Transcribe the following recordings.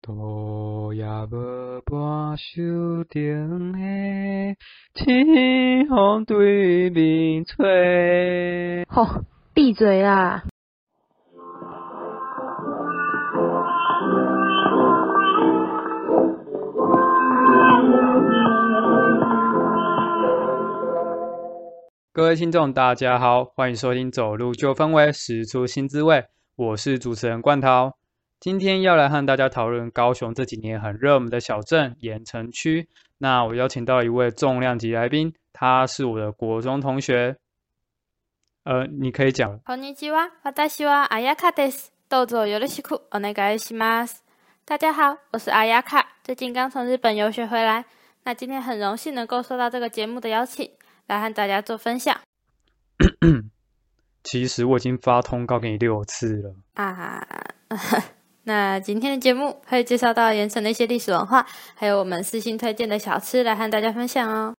路也无半袖顶下，清风对面吹。 吼，闭嘴啦！ 各位听众大家好，欢迎收听走路就氛围，使出新滋味，我是主持人冠涛。今天要来和大家讨论高雄这几年很热门的小镇盐埕区。那我邀请到一位重量级来宾，他是我的国中同学。你可以讲。 こんにちは、私はアヤカです。どうぞよろしくお願いします。大家好，我是阿雅卡，最近刚从日本游学回来。那今天很荣幸能够受到这个节目的邀请，来和大家做分享。 其实我已经发通告给你6次了那今天的节目会介绍到盐埕的一些历史文化，还有我们私心推荐的小吃来和大家分享哦。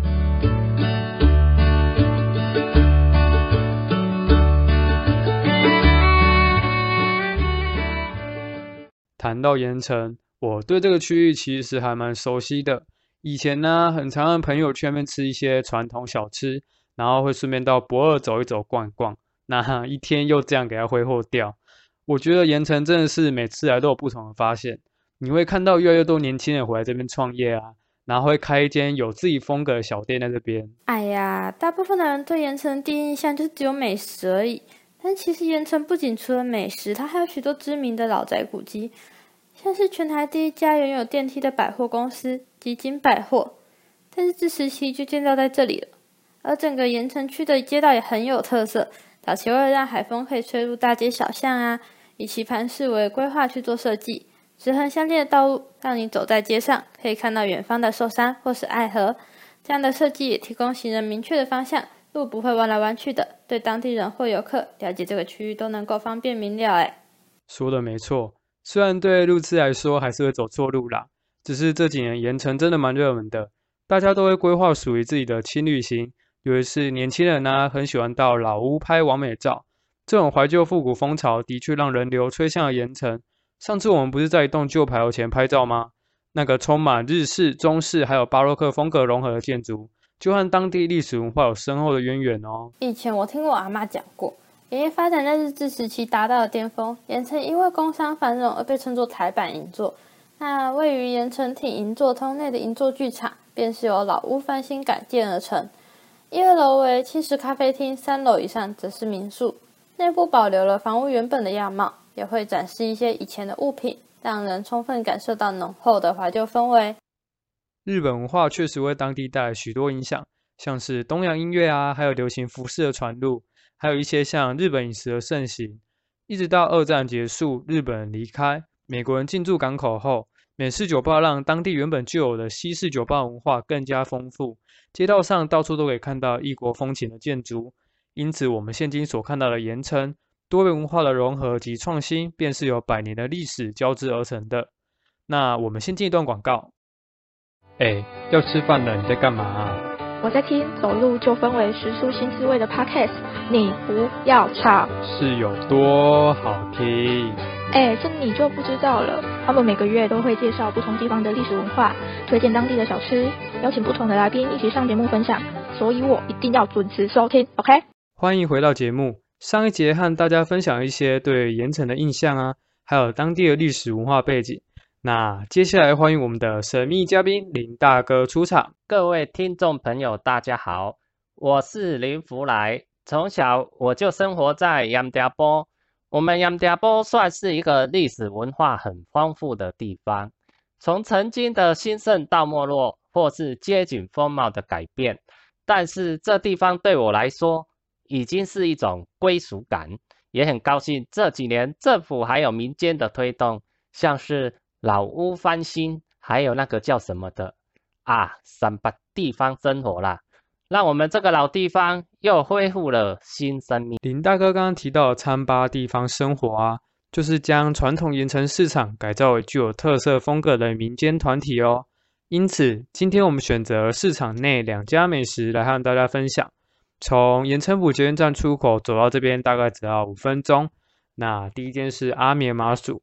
谈到盐埕，我对这个区域其实还蛮熟悉的。以前呢，很常和朋友去那边吃一些传统小吃，然后会顺便到博二走一走、逛一逛。那一天又这样给它挥霍掉。我觉得盐埕真的是每次来都有不同的发现。你会看到越来越多年轻人回来这边创业啊，然后会开一间有自己风格的小店在这边。 哎呀，大部分的人对盐埕的第一印象就是只有美食而已。但其实盐埕不仅除了美食，它还有许多知名的老宅古迹，像是全台第一家拥有电梯的百货公司吉金百货，但是自时期就建造在这里了。而整个盐埕区的街道也很有特色，早期为了让海风可以吹入大街小巷啊，以棋盘式为规划去做设计，直横相间的道路让你走在街上可以看到远方的寿山或是爱河，这样的设计也提供行人明确的方向，路不会弯来弯去的，对当地人或游客了解这个区域都能够方便明了。 说的没错，虽然对路痴来说还是会走错路啦，只是这几年盐埕真的蛮热门的，大家都会规划属于自己的轻旅行，尤其是年轻人啊，很喜欢到老屋拍完美照。这种怀旧复古风潮的确让人流吹向了盐埕。上次我们不是在一栋旧牌楼前拍照吗？那个充满日式、中式还有巴洛克风格融合的建筑，就和当地历史文化有深厚的渊源哦。 以前我听过我阿嬷讲过，盐业发展在日治时期达到了巅峰，盐埕因为工商繁荣而被称作台版银座。那位于盐埕町银座通内的银座剧场，便是由老屋翻新改建而成。1、2楼为70咖啡厅，3楼以上则是民宿。内部保留了房屋原本的样貌，也会展示一些以前的物品，让人充分感受到浓厚的怀旧氛围。 日本文化确实为当地带来许多影响，像是东洋音乐啊，还有流行服饰的传入，还有一些像日本饮食的盛行。一直到2战结束，日本人离开，美国人进驻港口后，美式酒吧让当地原本就有的西式酒吧文化更加丰富，街道上到处都可以看到异国风情的建筑。因此我们现今所看到的盐埕多元文化的融合及创新，便是由100年的历史交织而成的。那我们先进一段广告。要吃饭了，你在干嘛啊？ 我在听走路就氛围食出新滋味的 podcast， 你不要吵。 是有多好听？ 这你就不知道了。他们每个月都会介绍不同地方的历史文化，推荐当地的小吃，邀请不同的来宾一起上节目分享，所以我一定要准时收听 ，OK？ 欢迎回到节目。上一节和大家分享一些对盐埕的印象啊，还有当地的历史文化背景。那接下来欢迎我们的神秘嘉宾林大哥出场。 各位听众朋友大家好，我是林福来。从小我就生活在盐埕埔，我们盐埕埔算是一个历史文化很丰富的地方，从曾经的兴盛到没落，或是街景风貌的改变，但是这地方对我来说已经是一种归属感，也很高兴这几年政府还有民间的推动，像是老屋翻新，还有那个叫什么的三八地方生活啦，让我们这个老地方又恢复了新生命。 林大哥刚刚提到的参巴地方生活啊，就是将传统盐埕市场改造为具有特色风格的民间团体哦。因此今天我们选择市场内2家美食来和大家分享。从盐埕埔捷运站出口走到这边大概只要5分钟。那第一间是阿眠麻薯，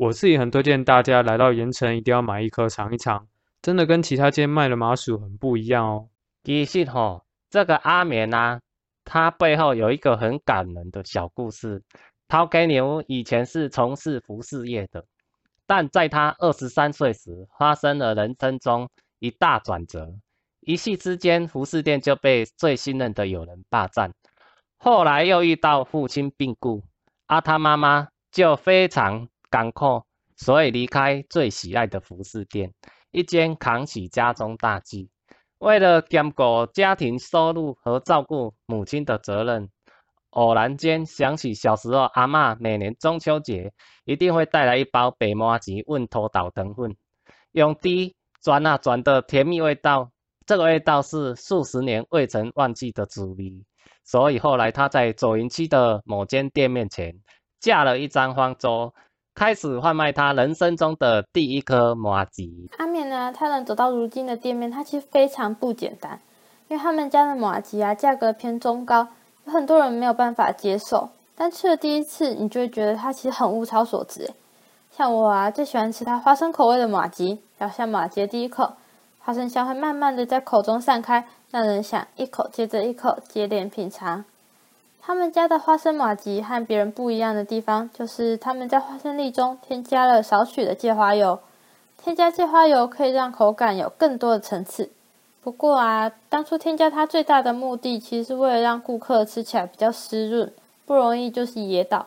我自己很推荐大家来到盐城一定要买一颗尝一尝，真的跟其他间卖的麻薯很不一样哦。 其实这个阿绵啊，他背后有一个很感人的小故事。陶给牛以前是从事服饰业的，但在他23岁时，发生了人生中一大转折。一夕之间，服饰店就被最信任的友人霸占。后来又遇到父亲病故，他妈妈就非常艰苦，所以离开最喜爱的服饰店，一肩扛起家中大计。为了兼顾家庭收入和照顾母亲的责任，偶然间想起小时候阿嬷每年中秋节一定会带来一包白麻糬问土豆糖粉，用滴转啊转的甜蜜味道，这个味道是数十年未曾忘记的滋味。所以后来他在左营区的某间店面前架了一张方桌，开始贩卖他人生中的第一颗麻糬。 阿绵呢，他能走到如今的店面，他其实非常不简单，因为他们家的麻糬啊，价格偏中高，有很多人没有办法接受。但吃了第一次，你就会觉得它其实很物超所值。像我啊，最喜欢吃它花生口味的麻糬，咬下麻糬第一口，花生香会慢慢的在口中散开，让人想一口接着一口接连品尝。他们家的花生麻糬和别人不一样的地方，就是他们在花生粒中添加了少许的芥花油。添加芥花油可以让口感有更多的层次。不过啊，当初添加它最大的目的，其实是为了让顾客吃起来比较湿润，不容易就是噎到。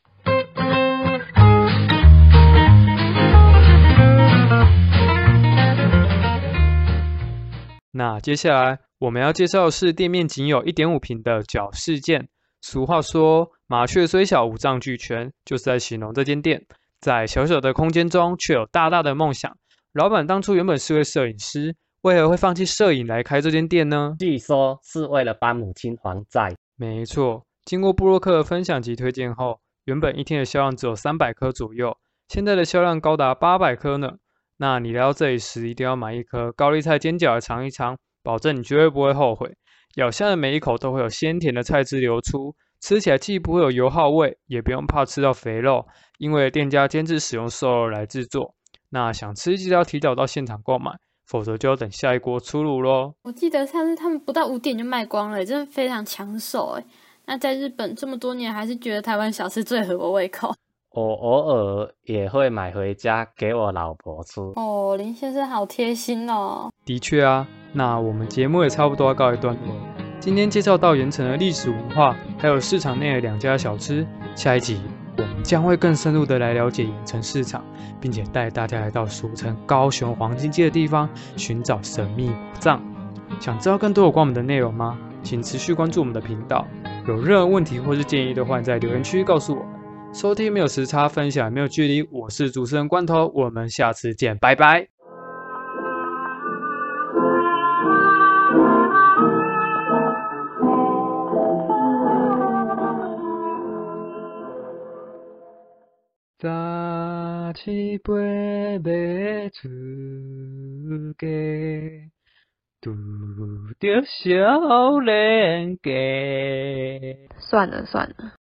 那接下来我们要介绍的是店面仅有 1.5 平的小事件。俗话说，麻雀虽小，五脏俱全，就是在形容这间店在小小的空间中却有大大的梦想。老板当初原本是位摄影师，为何会放弃摄影来开这间店呢？ 据说是为了帮母亲还债。 没错，经过部落客的分享及推荐后，原本一天的销量只有300颗左右，现在的销量高达800颗呢。那你来到这里时，一定要买一颗高丽菜煎饺来尝一尝，保证你绝对不会后悔。咬下的每一口都会有鲜甜的菜汁流出，吃起来既不会有油耗味，也不用怕吃到肥肉，因为店家监制使用瘦肉来制作。那想吃记得要提早到现场购买，否则就要等下一锅出炉咯。 我记得上次他们不到5点就卖光了，真的非常抢手诶。那在日本这么多年，还是觉得台湾小吃最合我胃口。 我偶尔也会买回家给我老婆吃。 哦，林先生好贴心哦。 的确啊，那我们节目也差不多要告一段落。今天介绍到盐城的历史文化，还有市场内的2家小吃。下一集我们将会更深入的来了解盐城市场，并且带大家来到俗称高雄黄金街的地方，寻找神秘宝藏。想知道更多有关我们的内容吗？请持续关注我们的频道。有任何问题或是建议的话，在留言区告诉我们。收听没有时差，分享没有距离。我是主持人罐头，我们下次见，拜拜。早起飞要出家，拄着少年家。 算了算了。